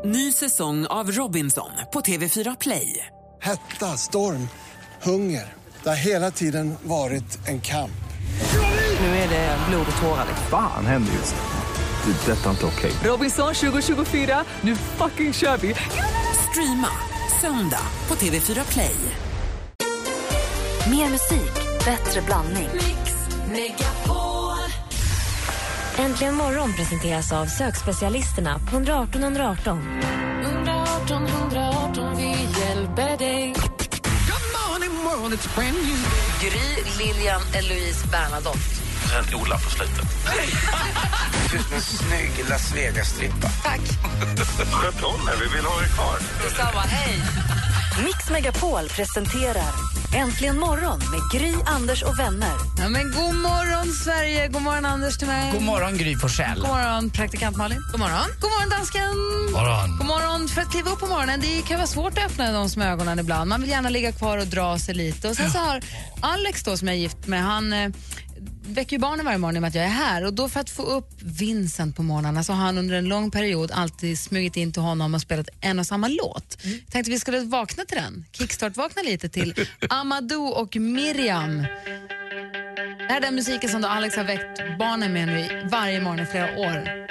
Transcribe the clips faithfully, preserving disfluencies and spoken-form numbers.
Ny säsong av Robinson på T V fyra Play. Hetta, storm, hunger. Det har hela tiden varit en kamp. Nu är det blod och tårar. Fan händer just det. Det är detta inte okej. Robinson tjugo tjugofyra, nu fucking kör vi. Streama söndag på T V fyra Play. Mer musik, bättre blandning. Mix Megapol. Äntligen morgon presenteras av sökspecialisterna på ett ett åtta ett ett åtta. ett ett åtta ett ett åtta, vi hjälper dig. Gry, Lilian, Eloise, Bernadotte. Sen Ola på slutet. Du är en snygg Las Vegas-strippa. Tack. Skönt, vi vill ha det kvar. Detsamma, hej. Mix Megapol presenterar Äntligen morgon med Gry, Anders och vänner. Ja, men god morgon Sverige, god morgon Anders till mig. God morgon Gry Forssell. God morgon praktikant Malin. God morgon. God morgon dansken. Morgon. God morgon. För att kliva upp på morgonen, det kan vara svårt att öppna de små ögonen ibland. Man vill gärna ligga kvar och dra sig lite. Och sen så har Alex då, som jag är gift med, han eh, väcker ju barnen varje morgon med att jag är här. Och då för att få upp Vincent på morgonen så har han under en lång period alltid smugit in till honom och spelat en och samma låt. Mm. Jag tänkte vi skulle vakna till den. Kickstart-vakna lite till Amadou och Miriam. Det här är den musiken som då Alex har väckt barnen med nu varje morgon i flera år.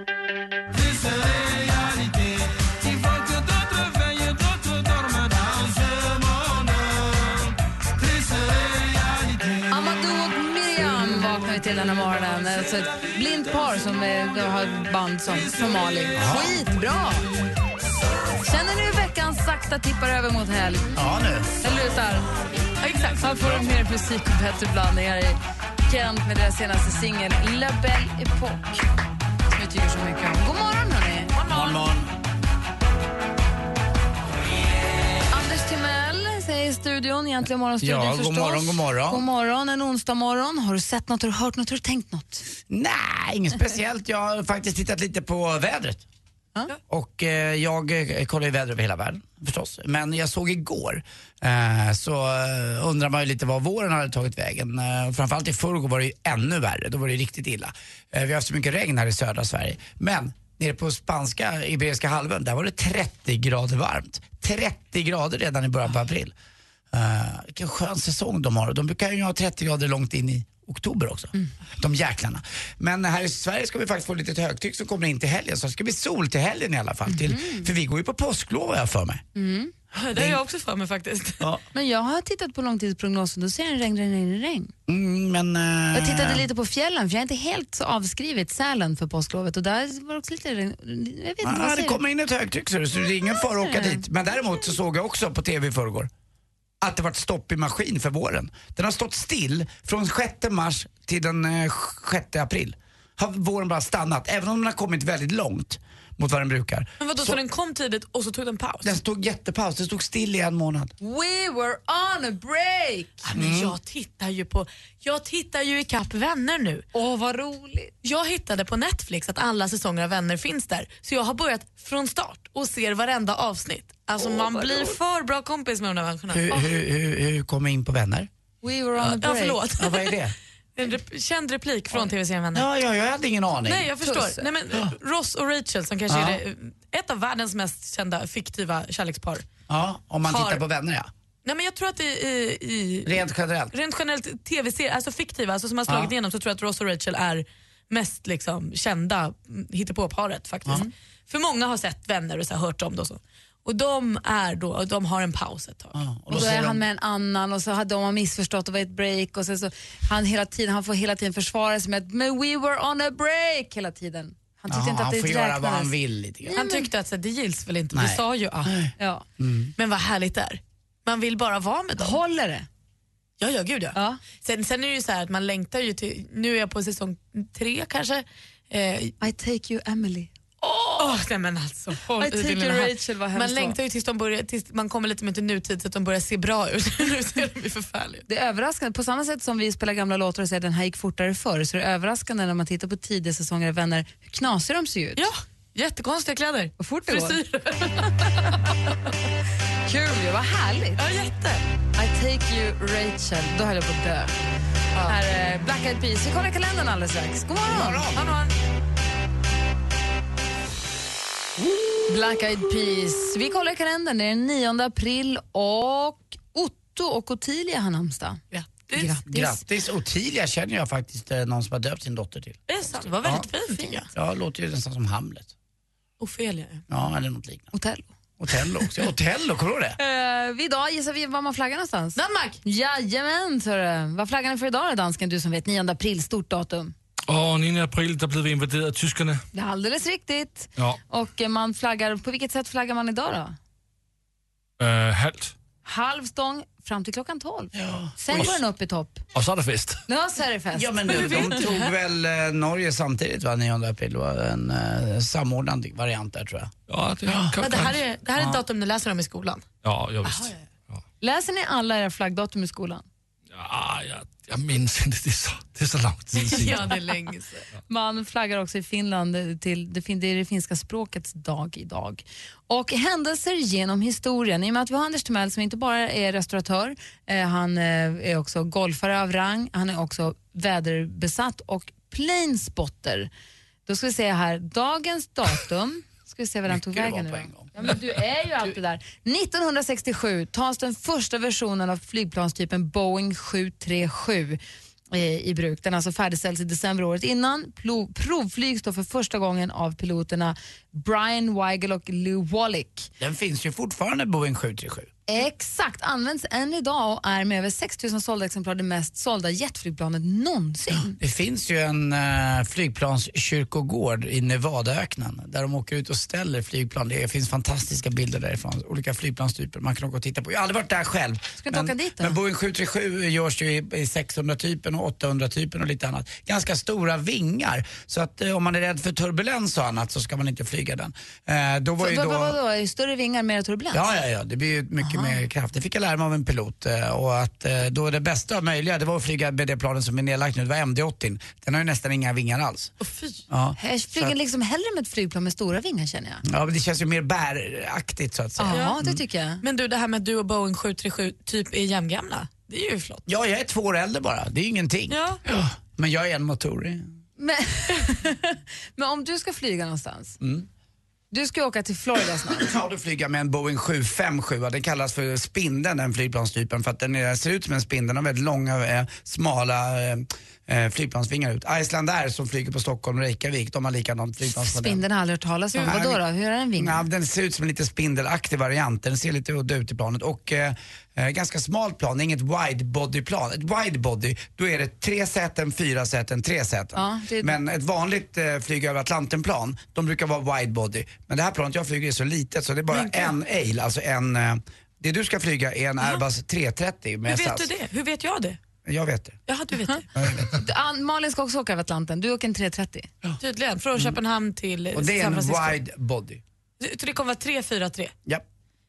Till den här morgonen. Alltså ett blint par som är, har band som, som Mali. Skitbra! Känner ni hur veckan sakta tippar över mot helg? Ja, nu. Den lutar. Ja, exakt. Så får de mer musik och bättre blandning. Här är Kent med deras senaste singel La Belle Époque. Som vi tycker så mycket om. God morgon, hörni. God morgon. God morgon. Anders Timell säger i studion, egentligen morgonstudion ja, förstås. God morgon, god morgon. God morgon, en onsdag morgon. Har du sett något, har du hört något, har du tänkt något? Nej, inget speciellt. Jag har faktiskt tittat lite på vädret. Ja. Och eh, jag eh, kollar ju väder över hela världen förstås. Men jag såg igår eh, så eh, undrar man ju lite vad våren hade tagit vägen. Eh, framförallt i förrgår var det ju ännu värre. Då var det riktigt illa. Eh, vi har haft så mycket regn här i södra Sverige. Men nere på spanska Iberiska halvön, där var det trettio grader varmt. trettio grader redan i början på april. Uh, vilken skön säsong de har. De brukar ju ha trettio grader långt in i oktober också. Mm. De jäklarna. Men här i Sverige ska vi faktiskt få lite högtryck som kommer in till helgen. Så det ska bli sol till helgen i alla fall. Mm. Till, för vi går ju på påsklov, har jag för mig. Mm. Det har jag också för mig faktiskt. Ja. Men jag har tittat på långtidsprognosen. Då ser jag en regn, regn, regn, regn. Mm, men, uh... Jag tittade lite på fjällen, för jag är inte helt så avskrivit Sälen för påsklovet. Och där var det också lite regn. Jag vet inte, ah, det kommer in ett högtryck, så det är ingen fara att åka dit. Men däremot så såg jag också på tv i förrgår att det varit stopp i maskin för våren. Den har stått still från sjätte mars till den sjätte april. Har våren bara stannat, även om den har kommit väldigt långt mot vad den brukar. Men vadå, så, så den kom tidigt och så tog den paus? Den stod jättepaus, den stod still i en månad. We were on a break! Ja, men jag tittar ju på, jag tittar ju i kapp Vänner nu. Åh, vad roligt. Jag hittade på Netflix att alla säsonger av Vänner finns där. Så jag har börjat från start och ser varenda avsnitt. Alltså oh, man blir roligt. För bra kompis med de där människorna. Hur, oh. hur, hur, hur kom jag in på Vänner? We were on a break. Ja, förlåt. Ja, vad är det? En rep- känd replik från tv-serien Vänner. Ja, ja, jag hade ingen aning. Nej, jag förstår. Nej, men, ja. Ross och Rachel som kanske ja. är det, ett av världens mest kända fiktiva kärlekspar. Ja, om man har... tittar på Vänner, ja. Nej, men jag tror att det i, i rent generellt. Rent generellt tv-serier, alltså fiktiva, alltså som har slagit ja. igenom, så tror jag att Ross och Rachel är mest liksom kända hittepåparet faktiskt. Mm. För många har sett Vänner och så här, hört om det och så. Och de är då, de har en paus ett tag. Ja, och då, och då är han de... med en annan och så hade de missförstått och var ett break och sen så han hela tiden, han får hela tiden försvara sig med att men we were on a break hela tiden. Han tyckte ja, inte att han det får räknades. göra vad han vill lite grann. Han tyckte att så, det gills väl inte, vi sa ju att. Ja. Mm. Men vad härligt det är. Man vill bara vara med dem. Håller det? Ja, ja, gud ja. ja. Sen, sen är det ju så här att man längtar ju till, nu är jag på säsong tre kanske. Eh, I take you Emily. Åh, oh, nej men alltså. I take you Rachel, vad man längtar ju tills, de börjar, tills man kommer lite mer till nutid så att de börjar se bra ut. Nu ser de ju förfärligt. Det är överraskande. På samma sätt som vi spelar gamla låtar och säger att den här gick fortare förr, så är det överraskande när man tittar på tidiga säsonger av Vänner hur knasiga de ser ut. Ja, jättekonstiga kläder. Och fort det går. Kul ju, vad härligt. Ja, jätte. I take you Rachel, då höll jag på att dö. Ja. Här är Black Eyed Peas. Vi kollar kalendern alldeles strax. God morgon. God morgon. God morgon. Black Eyed Peas. Vi kollar i kalendern, det är den nionde april och Otto och Ottilia har namnsdag. Grattis. Grattis. Grattis. Ottilia känner jag faktiskt eh, någon som har döpt sin dotter till. Det är sant. Det var väldigt Ja. fint tycker jag. Ja, låter ju nästan som Hamlet. Ofelia. Ja, eller något liknande. Otello. Otello också. Otello, kommer du ihåg det? Uh, idag gissar vi var man flaggar någonstans. Danmark. Jajamän, hörru. Vad flaggar ni för idag då, dansken? Du som vet, nionde april, stort datum. Och nionde april, där blev vi invaderade av tyskarna. Det är alldeles riktigt. Ja. Och eh, man flaggar, på vilket sätt flaggar man idag då? Uh, halt. Halvstång fram till klockan tolv. Ja. Sen går den upp i topp. Och så är det fest. Ja, så är det fest. Ja, men nu, de tog väl eh, Norge samtidigt, va? nionde april. Det var en eh, samordnad variant där, tror jag. Ja, det, kan, Men det här är, det här är ett datum ni läser om i skolan. Ja, jag visst. Läser ni alla era flaggdatum i skolan? Ja, jag, jag minns inte, det är så, det är så lång tid sedan. Ja, det är länge sedan. Man flaggar också i Finland till det, fin- det är det finska språkets dag idag. Och händelser genom historien. I och med att vi har Anders Timell som inte bara är restauratör, eh, han eh, är också golfare av rang, han är också väderbesatt och planespotter. Då ska vi se här, dagens datum, ska vi se vad den tog vägen nu. Ja, men du är ju alltid där. nittonhundrasextiosju tas den första versionen av flygplanstypen Boeing sju tre sju i bruk. Den alltså färdigställs i december året innan. Plo- provflyg står för första gången av piloterna Brian Weigel och Lou Wallach. Den finns ju fortfarande, Boeing sju tre sju. Exakt, används än idag och är med över sex tusen sålda exemplar det mest sålda jetflygplanet någonsin. Det finns ju en uh, flygplanskyrkogård i Nevadaöknen där de åker ut och ställer flygplan. Det finns fantastiska bilder därifrån, olika flygplanstyper man kan åka och titta på. Jag har aldrig varit där själv. Ska du åka dit då? Men Boeing sju tre sju görs ju i, i sexhundra-typen och åttahundra-typen och lite annat. Ganska stora vingar, så att uh, om man är rädd för turbulens och annat så ska man inte flyga den. Uh, då var Så, ju vad, då... vad, vad, vad, större vingar, mer turbulens? Ja, ja, ja, det blir ju mycket mer kraft. Det fick jag lära mig av en pilot eh, och att eh, då det bästa möjliga det var att flyga med det planen som är nedlagt nu, det var M D åttio. Den har ju nästan inga vingar alls. Oh, fy. Ja. Jag flyger att, liksom hellre med ett flygplan med stora vingar, känner jag. ja, men det känns ju mer bäraktigt så att säga. Ja, det tycker jag. Men du, det här med att du och Boeing sju tre sju typ är jämngamla, det är ju flott. Ja, jag är två år äldre bara, det är ingenting. Ja. Ja, men jag är en motor. Men, men om du ska flyga någonstans, Mm. du ska åka till Florida snart. Ja, då flyger jag med en Boeing sju fem sju. Den kallas för spindeln, den flygplanstypen, för att den är, ser ut som en spindel. Den har väldigt långa, eh, smala eh, flygplansvingar ut. Iceland Air som flyger på Stockholm och Reykjavik, de har likadant flygplansmodell. Spindeln har jag aldrig hört talas om. Nej, Vadå då? vi- Hur är den vingen? Ja, den ser ut som en lite spindelaktig variant. Den ser lite udda ut i planet. Och eh, eh, ganska smalt plan, inget wide-body-plan. Ett wide-body, då är det tre säten, fyra säten, tre säten. Ja, det- Men ett vanligt eh, flyg över Atlanten-plan, de brukar vara wide-body. Men det här planet jag flyger är så litet så det är bara en A I L, alltså en... Eh, det du ska flyga är en Airbus tre trettio med Hur vet S A S. du det? Hur vet jag det? Jag vet det. Jaha, du vet det. Ja, jag vet det. Ann- Malin ska också åka över Atlanten. Du åker en tre trettio. Tydligen, från Köpenhamn till Och det är San en Francisco. wide-body. Så det kommer vara tre fyra tre. Ja.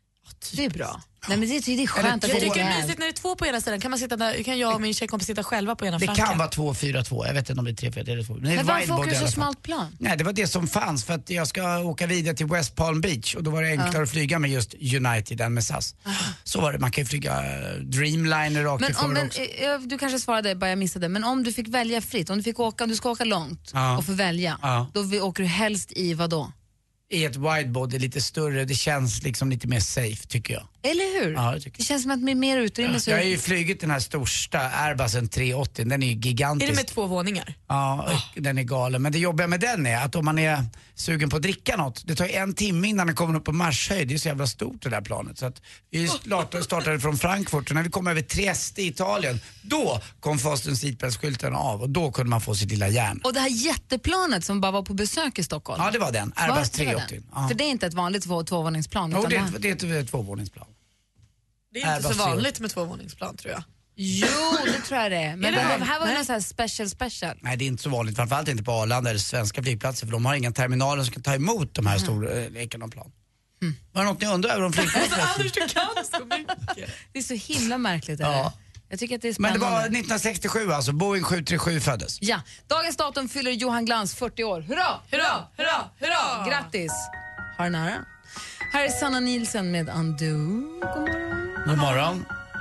Det är bra. Nej, men det, det är skönt att Jag det tycker det är är mysigt när det är två på ena sidan. Kan, man sitta där, kan jag och min tjejkompis sitta själva på ena Det flanken? kan vara två fyra två, jag vet inte om det är tre fyra tre eller två. Men, det är Men varför wide-body åker i du så alla fall. smalt plan? Nej, det var det som fanns för att jag ska åka vidare till West Palm Beach och då var det enklare att flyga med just United än med S A S. Så var det, man kan ju flyga eh, Dreamliner rakt Men om ifrån den, också. eh, du kanske svarade, bara jag missade, men om du fick välja fritt, om du fick åka, om du ska åka långt Ja. och få välja, Ja. då vi- åker du helst i vad då? I ett widebody lite större, det känns liksom lite mer safe tycker jag. Eller hur? Ja, det tycker Det känns som att med mer utrymme så... Jag har ju flugit den här största Airbusen tre åttio, den är ju Är gigantisk. det med två våningar? Ja, och den är galen. Men det jobbiga med den är att om man är sugen på att dricka något, det tar ju en timme innan den kommer upp på marschhöjd. Det är så jävla stort det där planet. Så att vi startade, startade från Frankfurt och när vi kom över Trieste i Italien, då kom Fasten Seatbelts-skylten av och då kunde man få sitt lilla järn. Och det här jätteplanet som bara var på besök i Stockholm. Ja, det var den. Airbus Var det tre den? åttio. Ja. För det är inte ett vanligt två, tvåvåningsplan. Jo, utan det, det här- är, det är ett tvåvåningsplan. Det är inte Airbus så tre vanligt med tvåvåningsplan tror jag. Jo, det tror jag det är. Men Är det det, det? här var ju Nej. någon så här special special. Nej, det är inte så vanligt. Framförallt inte på Arlanda eller svenska flygplatser för de har inga terminaler som kan ta emot de här stora äh, ekonomplan. Mm. Var det något ni undrar över om flygplatser? Anders, du kan så mycket. Det är så himla märkligt. Är Ja. det? Jag tycker att det är Men spännande. det var nittonhundrasextiosju alltså, Boeing sju tre sju föddes. Ja, dagens datum fyller Johan Glans fyrtio år. Hurra, Hurra, hurra, hurra! Grattis! Har den nära. Här är Sanna Nielsen med Undo. God morgon. God morgon.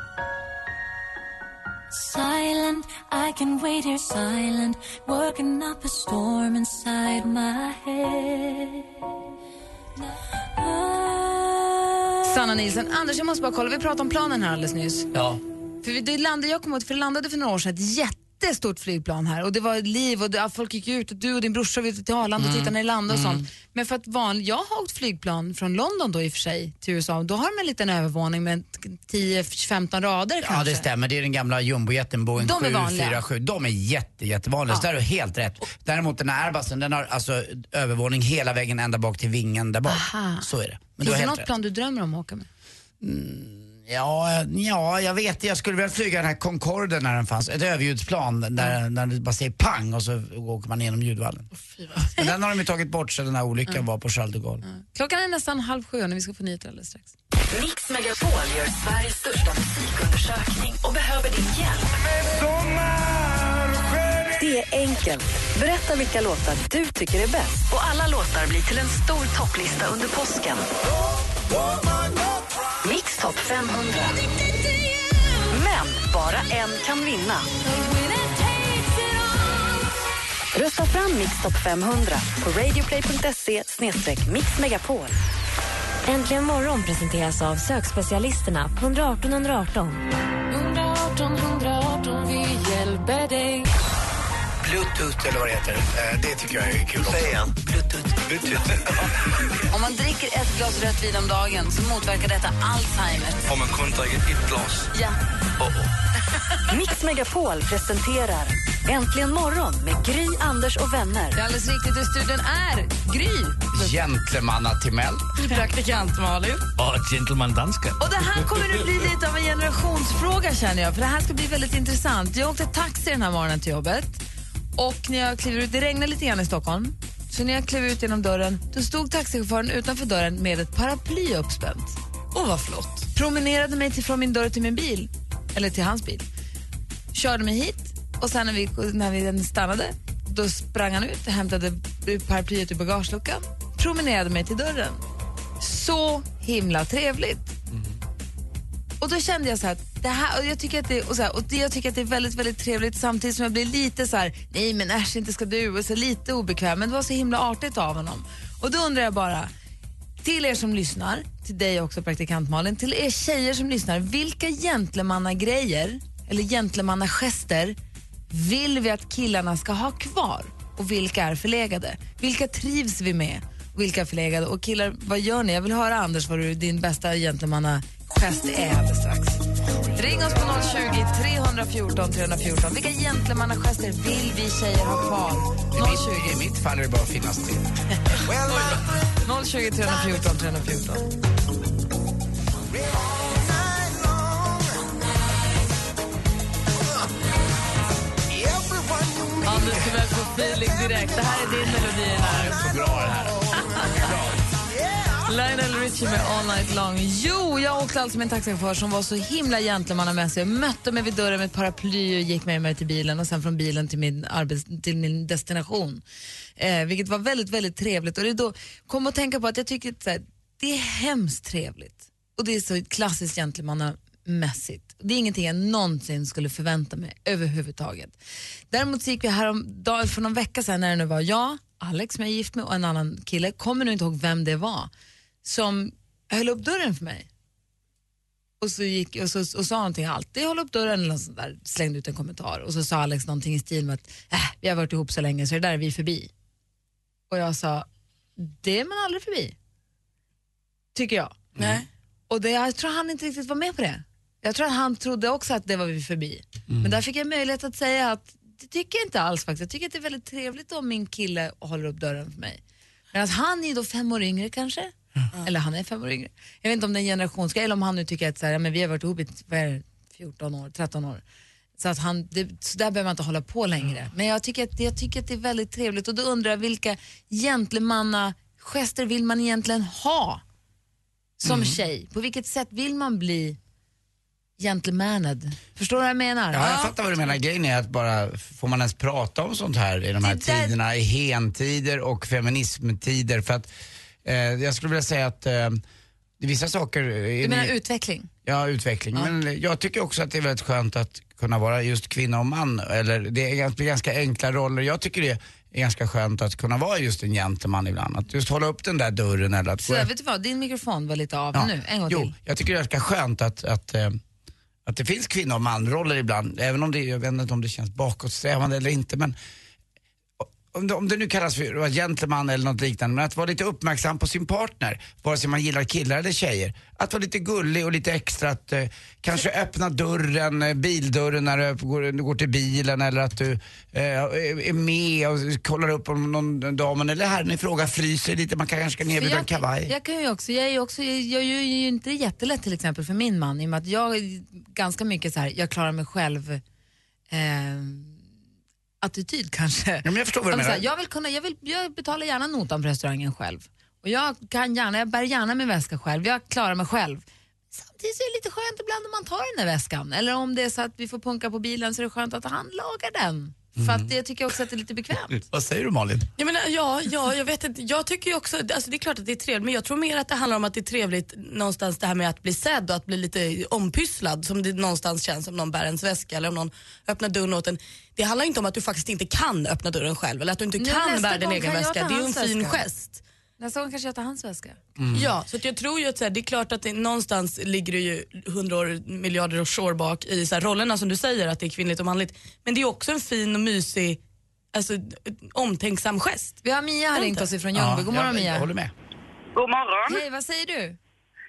Silent, I can wait here silent, working up a storm inside my head. Sanna Nielsen. Anders, jag måste bara kolla. Vi pratade om planen här alldeles nyss. Ja. För vi, det landade, jag kom åt, för det landade för några år sedan ett jättestort flygplan här. Och det var liv och det, folk gick ut och du och din brorsa var ute till Arlanda och tittade när det landade och Mm. sånt. Men för att van, jag har åkt flygplan från London då i och för sig till U S A. Då har de en liten övervåning med tio femton rader kanske. Ja, det stämmer. Det är den gamla jumbojeten Boeing De är sju vanliga. fyra sju. De är jätte, jättevanliga. Ja. Så där är du helt rätt. Däremot den här Airbusen, den har alltså övervåning hela vägen ända bak till vingen där bak. Aha. Så är det. Men du Finns har det helt något rätt. plan du drömmer om att åka med? Ja, ja, jag vet. Jag skulle vilja flyga den här Concorde när den fanns. Ett överljudsplan där, där det bara säger pang och så åker man igenom ljudvallen. Men den har de ju tagit bort så den här olyckan Mm. var på Charles de Gaulle. Mm. Klockan är nästan halv sju när vi ska få nyheter alldeles strax. Mix Megapol gör Sveriges största musikundersökning och behöver din hjälp. Det är enkelt. Berätta vilka låtar du tycker är bäst. Och alla låtar blir till en stor topplista under påsken. Mix Top femhundra. Men bara en kan vinna. Rösta fram Mix Top femhundra på radioplay punkt se slash mixmegapol. Äntligen morgon presenteras av sökspecialisterna på ett ett åtta ett ett åtta. ett ett åtta ett ett åtta, vi hjälper dig. Bluetooth eller vad det heter. Eh, Det tycker jag är kul också. Säg igen. Bluetooth. Bluetooth. Om man dricker ett glas rött vin om dagen så motverkar detta Alzheimer. Om man kun dricker ett glas. Ja. Oh, oh. Mix Megapol presenterar Äntligen morgon med Gry, Anders och vänner. Det är alldeles riktigt. I studion är Gry. Gentlemanna Timell. Praktikant Malin. Och gentleman danska. Och det här kommer att bli lite av en generationsfråga känner jag. För det här ska bli väldigt intressant. Jag åkte taxi den här morgonen till jobbet. Och när jag kliver ut, det regnar lite grann i Stockholm. Så när jag klev ut genom dörren, då stod taxichauffören utanför dörren med ett paraply uppspänt. Åh, vad flott. Promenerade mig till, från min dörr till min bil. Eller till hans bil. Körde mig hit. Och sen när vi, när vi stannade, då sprang han ut och hämtade paraplyet ur bagageluckan. Promenerade mig till dörren. Så himla trevligt. Mm. Och då kände jag så här, det här och jag tycker att det och så här, och det, jag tycker att det är väldigt väldigt trevligt samtidigt som jag blir lite så här, nej men äsch inte ska du och så lite obekväm, men det var så himla artigt av honom. Och då undrar jag bara till er som lyssnar, till dig också praktikant Malin, till er tjejer som lyssnar, vilka gentlemanna grejer eller gentlemanna gester vill vi att killarna ska ha kvar och vilka är förlegade? Vilka trivs vi med och vilka är förlegade? Och killar, vad gör ni? Jag vill höra Anders vad du, din bästa gentlemanna gest är alldeles strax. Ring oss på noll tjugo, tre ett fyra, tre ett fyra. Vilka gentlemannagester vill vi tjejer ha kvar? noll tjugo. I mitt fall är det bara att finnas till. noll tjugo, tre ett fyra, tre ett fyra. Anders Timell får feeling direkt. Det här är din melodi. Det är så bra det här. Lionel Richie med All Night Long. Jo, jag åkte alltså med en taxichaufför som var så himla gentlemannamässig. Jag mötte mig vid dörren med ett paraply och gick med mig till bilen och sen från bilen till min, arbets, till min destination. Eh, vilket var väldigt, väldigt trevligt. Och det då kom att tänka på att jag tycker att så här, det är hemskt trevligt. Och det är så klassiskt gentlemannamässigt. Det är ingenting jag någonsin skulle förvänta mig överhuvudtaget. Däremot så gick vi här om dag, för någon vecka sedan när det nu var jag, Alex som jag är gift med och en annan kille, kommer nu inte ihåg vem det var, som höll upp dörren för mig. Och så gick och, så, och sa någonting alltid, håll upp dörren eller sånt där, slängde ut en kommentar. Och så sa Alex någonting i stil med att äh, vi har varit ihop så länge så det där är vi förbi. Och jag sa, det är man aldrig förbi. Tycker jag. Nej. Och det, jag tror han inte riktigt var med på det. Jag tror att han trodde också att det var vi förbi. Mm. Men där fick jag möjlighet att säga att det tycker jag inte alls faktiskt. Jag tycker att det är väldigt trevligt om min kille håller upp dörren för mig. Men att han är då fem år yngre kanske. Mm. Eller han är fem år yngre. Jag vet inte om det är en generationsgrej eller om han nu tycker att så här, ja, men vi har varit ihop i fjorton år, tretton år. Så att han, det, så där behöver man inte hålla på längre. Mm. Men jag tycker, att, jag tycker att det är väldigt trevligt. Och då undrar jag vilka gentlemanna gester vill man egentligen ha som mm. tjej? På vilket sätt vill man bli gentlemanad? Förstår du vad jag menar? Ja, jag fattar vad du menar. Grejen är att bara, får man ens prata om sånt här i de här Det där- tiderna, i hentider och feminismtider? För att eh, jag skulle vilja säga att eh, vissa saker... Är Du menar ni- utveckling? Ja, utveckling. Ja. Men jag tycker också att det är väldigt skönt att kunna vara just kvinna och man. Eller det är ganska, ganska enkla roller. Jag tycker det är ganska skönt att kunna vara just en gentleman ibland. Att just hålla upp den där dörren eller att... Så gå... vet du vad, din mikrofon var lite av ja. nu, en gång jo, till. Jag tycker det är ganska skönt att, att, att, att det finns kvinnor- och manroller ibland, även om det, jag vet inte om det känns bakåtsträvande eller inte, men Om det, om det nu kallas för att vara gentleman eller något liknande, men att vara lite uppmärksam på sin partner, vare sig man gillar killar eller tjejer. Att vara lite gullig och lite extra, att eh, kanske öppna dörren, eh, bildörren när du går, du går till bilen, eller att du eh, är med och kollar upp om någon damen eller herren i fråga fryser lite, man kanske ska erbjuda en kavaj. Jag kan ju också, jag är ju också, jag, jag gör ju inte jättelätt till exempel för min man, i och med att jag är ganska mycket så här, jag klarar mig själv eh, attityd kanske. Ja, men jag förstår vad du menar. Här, jag vill kunna, jag vill jag betalar gärna notan på restaurangen själv. Och jag kan gärna, jag bär gärna min väska själv. Jag klarar mig själv. Samtidigt så är det lite skönt ibland om man tar den där väskan. Eller om det är så att vi får punka på bilen, så är det skönt att han lagar den. Mm. För att det tycker jag också att det är lite bekvämt. Vad säger du, Malin? Jag menar, ja, ja, jag vet inte. Jag tycker ju också, alltså det är klart att det är trevligt, men jag tror mer att det handlar om att det är trevligt någonstans, det här med att bli sedd och att bli lite ompysslad, som det någonstans känns om någon bär ens väska eller om någon öppnar dörren åt en. Det handlar inte om att du faktiskt inte kan öppna dörren själv eller att du inte nu, kan bära din egen kan väska. Det är ju en fin väska. gest. Nästa gång kanske jag tar hans väska. Mm. Ja, så att jag tror ju att så här, det är klart att det, någonstans ligger det ju hundra år, miljarder år bak i så här, rollerna som du säger, att det är kvinnligt och manligt. Men det är också en fin och mysig, alltså omtänksam gest. Vi har Mia här ringt oss ifrån Ljungby. God morgon, jag, Mia. Jag håller med. God morgon. Hej, vad säger du?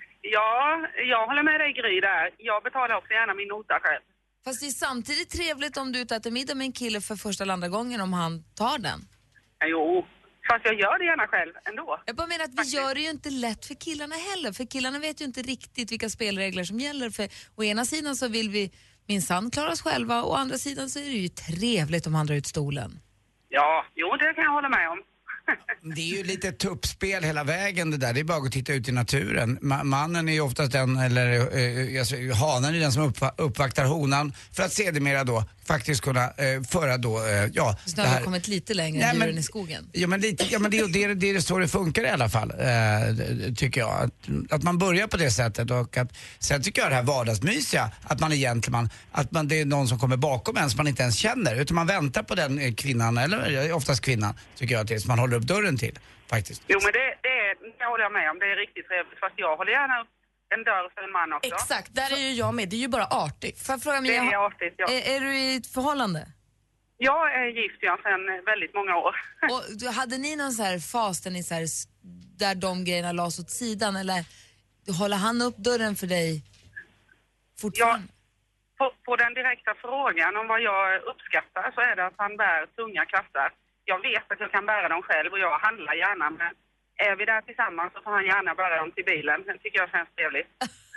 Ja, jag håller med dig, Gry där. Jag betalar också gärna min nota själv. Fast det är samtidigt trevligt om du äter middag med en kille för första eller andra gången, om han tar den. Jo, fast jag gör det gärna själv ändå. Jag bara menar att vi Faktiskt. gör det ju inte lätt för killarna heller. För killarna vet ju inte riktigt vilka spelregler som gäller. För å ena sidan så vill vi minsann klara oss själva, och å andra sidan så är det ju trevligt om han drar ut stolen. Ja, jo, det kan jag hålla med om. Det är ju lite tuppspel hela vägen det där. Det är bara att titta ut i naturen. Ma- mannen är ju oftast den, eller eh, alltså, hanen är den som uppva- uppvaktar honan för att sedermera då faktiskt kunna eh, föra då, eh, ja. Så nu har vi kommit lite längre än djuren i skogen. Ja, men, lite, ja, men det, det, det är så det funkar i alla fall, eh, tycker jag. Att, att man börjar på det sättet, och att, sen tycker jag det här vardagsmysiga, att man är gentleman, att man, det är någon som kommer bakom en som man inte ens känner, utan man väntar på den kvinnan, eller oftast kvinnan, tycker jag, tills man håller upp dörren till, faktiskt. Jo, men det, det, det håller jag med om. Det är riktigt trevligt. Fast jag håller gärna upp en dörr för en man också. Exakt, där är ju jag med. Det är ju bara artigt. Får jag fråga mig, det är artigt, ja. Är, är du i ett förhållande? Jag är gift, ja, sedan väldigt många år. Och hade ni någon så här fas där, ni så här, där de grejerna lades åt sidan, eller håller han upp dörren för dig fortfarande? Ja, på, på den direkta frågan om vad jag uppskattar, så är det att han bär tunga kassar. Jag vet att jag kan bära dem själv och jag handlar gärna, men är vi där tillsammans så får han gärna bära dem till bilen. Det tycker jag känns trevligt.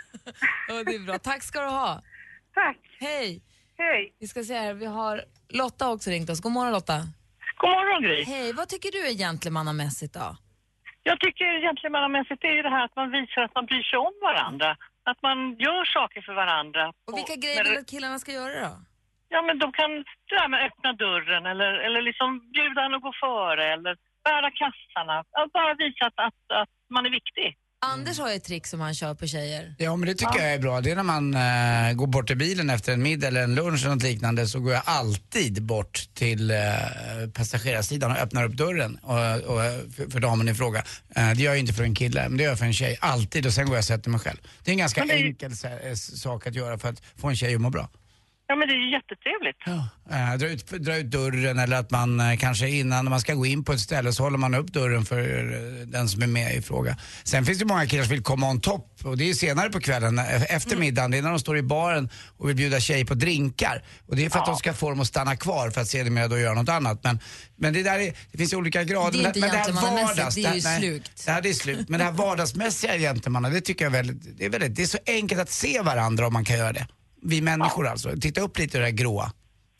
Ja, det är bra. Tack ska du ha. Tack. Hej. Hej. Vi ska se här, vi har Lotta också ringt oss. God morgon, Lotta. God morgon, Gry. Hej, vad tycker du är gentlemannamässigt då? Jag tycker gentlemannamässigt är ju det här att man visar att man bryr sig om varandra. Att man gör saker för varandra. Och vilka och, grejer vill du att killarna ska göra då? Ja, men de kan det där med öppna dörren eller, eller liksom bjuda en att gå före eller bära kassarna. Att bara visa att, att, att man är viktig. Anders har ju ett trick som han kör på tjejer. Ja, men det tycker ja. jag är bra. Det är när man äh, går bort till bilen efter en middag eller en lunch eller något liknande, så går jag alltid bort till äh, passagerarsidan och öppnar upp dörren och, och, för, för damen i fråga. Äh, det gör jag inte för en kille, men det gör jag för en tjej. Alltid, och sen går jag och sätter mig själv. Det är en ganska det... enkel äh, sak att göra för att få en tjej att må bra. Ja, men det är ju jättetrevligt. Ja. Äh, dra, ut, dra ut dörren, eller att man äh, kanske innan man ska gå in på ett ställe så håller man upp dörren för äh, den som är med i fråga. Sen finns det många killar som vill komma on top, och det är senare på kvällen, efter middagen. Det är när de står i baren och vill bjuda tjej på drinkar. Och det är för att ja. de ska få dem att stanna kvar för att se det med då göra något annat. Men, men det där är, det finns olika grader. Det är inte men det här vardags, det är ju slukt. Det här är slut. Men det här vardagsmässiga gentlemanna, det tycker jag är väldigt, det är väldigt, det är så enkelt att se varandra om man kan göra det. Vi människor ja. alltså. Titta upp lite i det där gråa.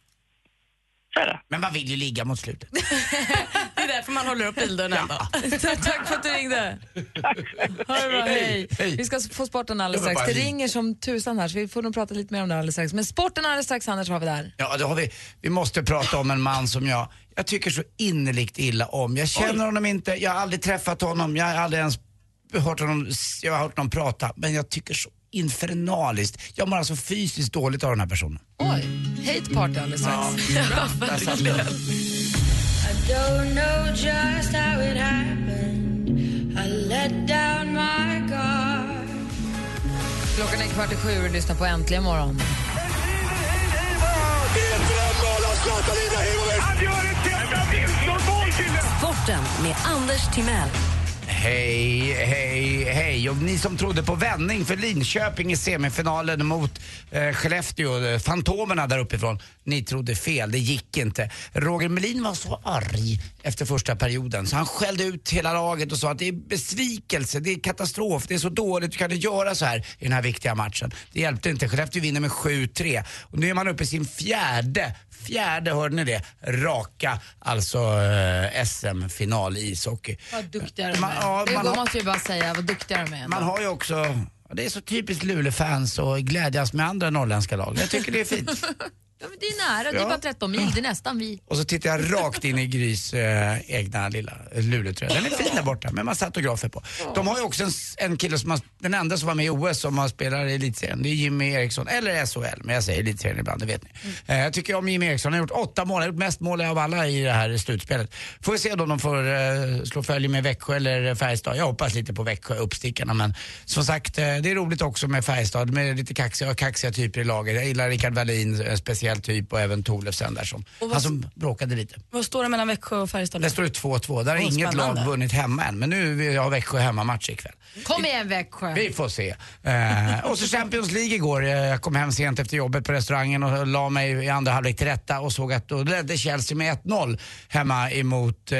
Men man vill ju ligga mot slutet. Det är därför man håller upp bilden ändå. Tack för att du ringde. Ha det bra, hej. hej. Vi ska få sporten alldeles strax. Det ringer som tusan här, så vi får nog prata lite mer om det alldeles strax. Men sporten alldeles strax, Anders, har vi där. Ja, det har vi. Vi måste prata om en man som jag, jag tycker så innerligt illa om. Jag känner Oj. honom inte, jag har aldrig träffat honom, jag har aldrig ens hört honom, jag har hört honom prata. Men jag tycker så infernaliskt. Jag mår alltså fysiskt dåligt av den här personen. Oj, hate party alldeles strax. Ja, ja, verkligen. don't know just how it happened. I let down my guard. Klockan är kvart i sju och lyssnar på Äntligen morgon. Sporten med Anders Timell. Hej, hej, hej. Och ni som trodde på vändning för Linköping i semifinalen mot eh, Skellefteå, Fantomerna där uppifrån, ni trodde fel, det gick inte. Roger Melin var så arg efter första perioden så han skällde ut hela laget och sa att det är besvikelse, det är katastrof, det är så dåligt, du kan inte göra så här i den här viktiga matchen. Det hjälpte inte, Skellefteå vinner med sju tre och nu är man uppe i sin fjärde Fjärde, hörde ni det? Raka, alltså eh, S M-final i ishockey. Vad duktiga de man, är. ja, det man går, har, måste ju bara säga, vad duktiga de är. Man har ju också, det är så typiskt Luleå-fans och glädjas med andra norrländska lag. Jag tycker det är fint. Ja, men det är nära, det är Ja. bara tretton mil, det är nästan vi. Och så tittar jag rakt in i Grys eh, egna lilla Luleå-tröja. Den är fin där borta, men man satt autografer på. De har ju också en, en kille som har, den enda som var med i O S som har spelat i elitserien. Det är Jimmy Eriksson, eller S H L, men jag säger elitserien ibland, det vet ni. Mm. Eh, jag tycker om Jimmy Eriksson, han har gjort åtta mål, han har gjort mest mål av alla i det här slutspelet. Får vi se om de får eh, slå följe med Växjö eller Färjestad. Jag hoppas lite på Växjö, uppstickarna, men som sagt, eh, det är roligt också med Färjestad, med lite kaxiga, kaxiga typer i laget. Jag gillar Rickard Wallin, en speciell typ, och även Thorlefsen där som, han som bråkade lite. Vad står det mellan Växjö och Färjestad? Det står det två två. Där har oh, inget spännande. lag vunnit hemma än. Men nu har Växjö hemmamatch ikväll. Kom igen Växjö. Vi får se. Eh, och så Champions League igår. Jag kom hem sent efter jobbet på restaurangen och la mig i andra halvlek till rätta och såg att då ledde Chelsea med ett noll hemma emot eh,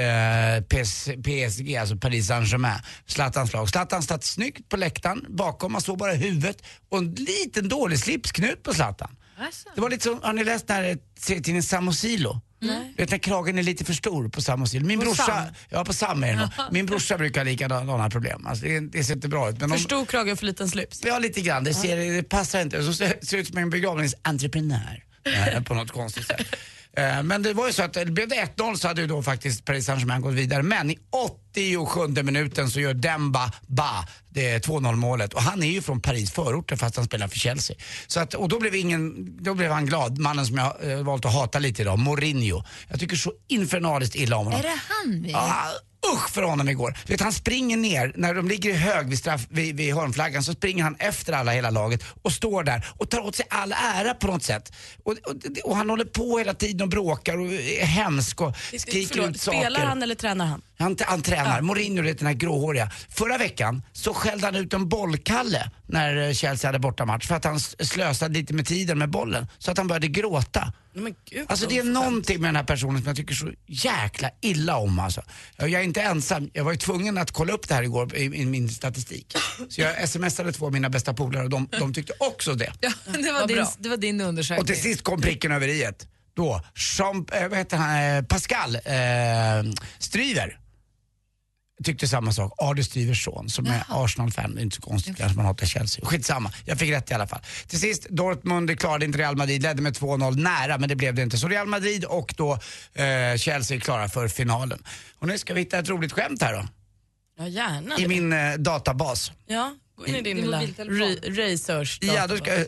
P S G, alltså Paris Saint-Germain. Zlatans lag. Zlatan satt snyggt på läktaren bakom, man såg bara huvudet och en liten dålig slipsknut på Zlatan. Alltså. Det var lite som, har ni läst den här serietidningen Samosilo? Nej. Vet när kragen är lite för stor på Samosilo. Min På brorsa, Sam? ja på Sam är det nog. Min brorsa brukar ha likadana problem. Alltså, det, det ser inte bra ut. Men För om, stor krage och för liten slips. ja lite grann, det, ser, det passar inte. Så ser det ut som en begravningsentreprenör eh, på något konstigt sätt. Eh, men det var ju så att blev det ett noll så hade ju då faktiskt Paris Saint-Germain gått vidare. Men i åttiosjunde minuten så gör Demba Ba det två noll målet. Och han är ju från Paris förorten fast han spelar för Chelsea. Så att, och då blev, ingen, då blev han glad, mannen som jag eh, valt att hata lite idag, Mourinho. Jag tycker så infernaliskt illa om honom. Är det han vi? Ah, usch för honom igår. Du vet, han springer ner, när de ligger i hög vid, straff, vid, vid hörnflaggan så springer han efter alla hela laget och står där och tar åt sig all ära på något sätt. Och, och, och han håller på hela tiden och bråkar och är hemsk och skriker Förlåt, ut saker. spelar han eller tränar han? Han, han tränar. Ja. Mourinho, den här gråhåriga. Förra veckan så skällde han ut en bollkalle när Chelsea hade bortamatch för att han slösade lite med tiden med bollen så att han började gråta. Men Gud, Alltså det är någonting med den här personen som jag tycker så jäkla illa om alltså. Jag är inte ensam, jag var ju tvungen att kolla upp det här igår i, i min statistik. Så jag smsade två av mina bästa polare och de, de tyckte också det. Ja, det var, din, det var din undersökning. Och till sist kom pricken över iet. Då, Jean, äh, vad heter han, äh, Pascal äh, Stryver tyckte samma sak. Adi Stryvers son som Jaha. är Arsenal-fan. Det är inte så konstigt kanske man hatar Chelsea. Skitsamma, jag fick rätt i alla fall. Till sist, Dortmund klarade inte Real Madrid, ledde med två noll nära men det blev det inte. Så Real Madrid och då eh, Chelsea klara för finalen. Och nu ska vi hitta ett roligt skämt här då. Ja, gärna. I min eh, databas. Ja, gå in i din din lilla mobiltelefon. re- research. Ja, då ska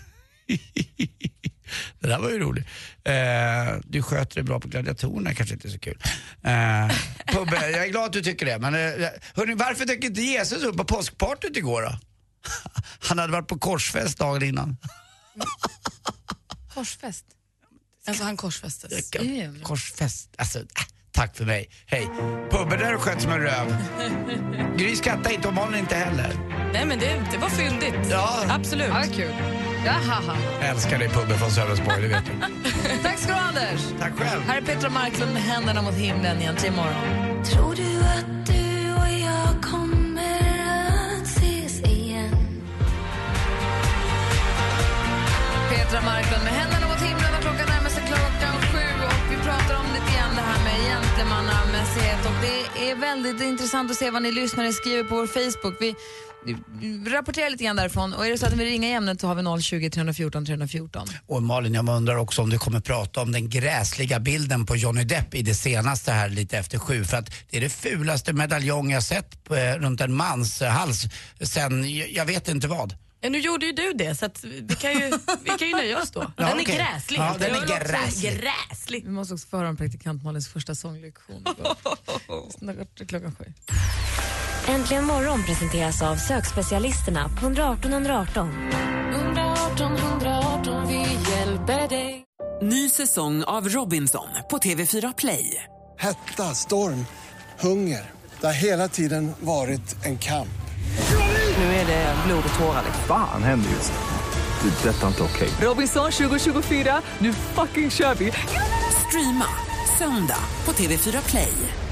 det där var ju roligt. Eh, du sköter det bra på gladiatorerna, kanske inte så kul. Eh, Pubbe, jag är glad att du tycker det. Men eh, hörni, varför tycker inte Jesus upp på påskpartyt igår då? Han hade varit på korsfest dagen innan. Korsfest? Alltså han korsfästes. Korsfest, alltså äh, tack för mig. Hej. Pubbe, där har du skött som en röv. Gry skrattar inte och Malin inte heller. Nej men det, det var fyndigt. Ja. Absolut. Ja, kul. Jaha. Jag älskar dig Pubbe från Sölvesborg, det vet du. Tack ska du ha, Anders. Tack själv. Här är Petra Marklund med händerna mot himlen igen till imorgon. Tror du att du och jag kommer att ses igen? Petra Marklund med händerna mot himlen och klockan närmar sig klockan sju och vi pratar om lite grann det här med gentlemannamässighet och det är väldigt intressant att se vad ni lyssnare skriver på vår Facebook. Vi rapporterar lite grann därifrån och är det så att ni vill ringa i ämnet så har vi noll tjugo, tre fjorton, tre fjorton. Och Malin, jag undrar också om du kommer prata om den gräsliga bilden på Johnny Depp i det senaste här lite efter sju. För att det är det fulaste medaljong jag sett på, runt en mans hals sen, jag vet inte vad. Ja, nu gjorde ju du det, så att vi, kan ju, vi kan ju nöja oss då. Ja, den okay. är gräslig. Ja, den är också gräslig. gräslig. Vi måste också få höra om praktikant Malins första sånglektion. Snart klockan sju. Äntligen morgon presenteras av sökspecialisterna på ett ett åtta ett ett åtta. ett ett åtta ett ett åtta, vi hjälper dig. Ny säsong av Robinson på T V fyra Play. Hetta, storm, hunger. Det har hela tiden varit en kamp. Nu är det blod och tårar. Fan händer just det. Det är detta inte okej. Robinson tjugo tjugofyra, nu fucking kör vi. Streama söndag på T V fyra Play.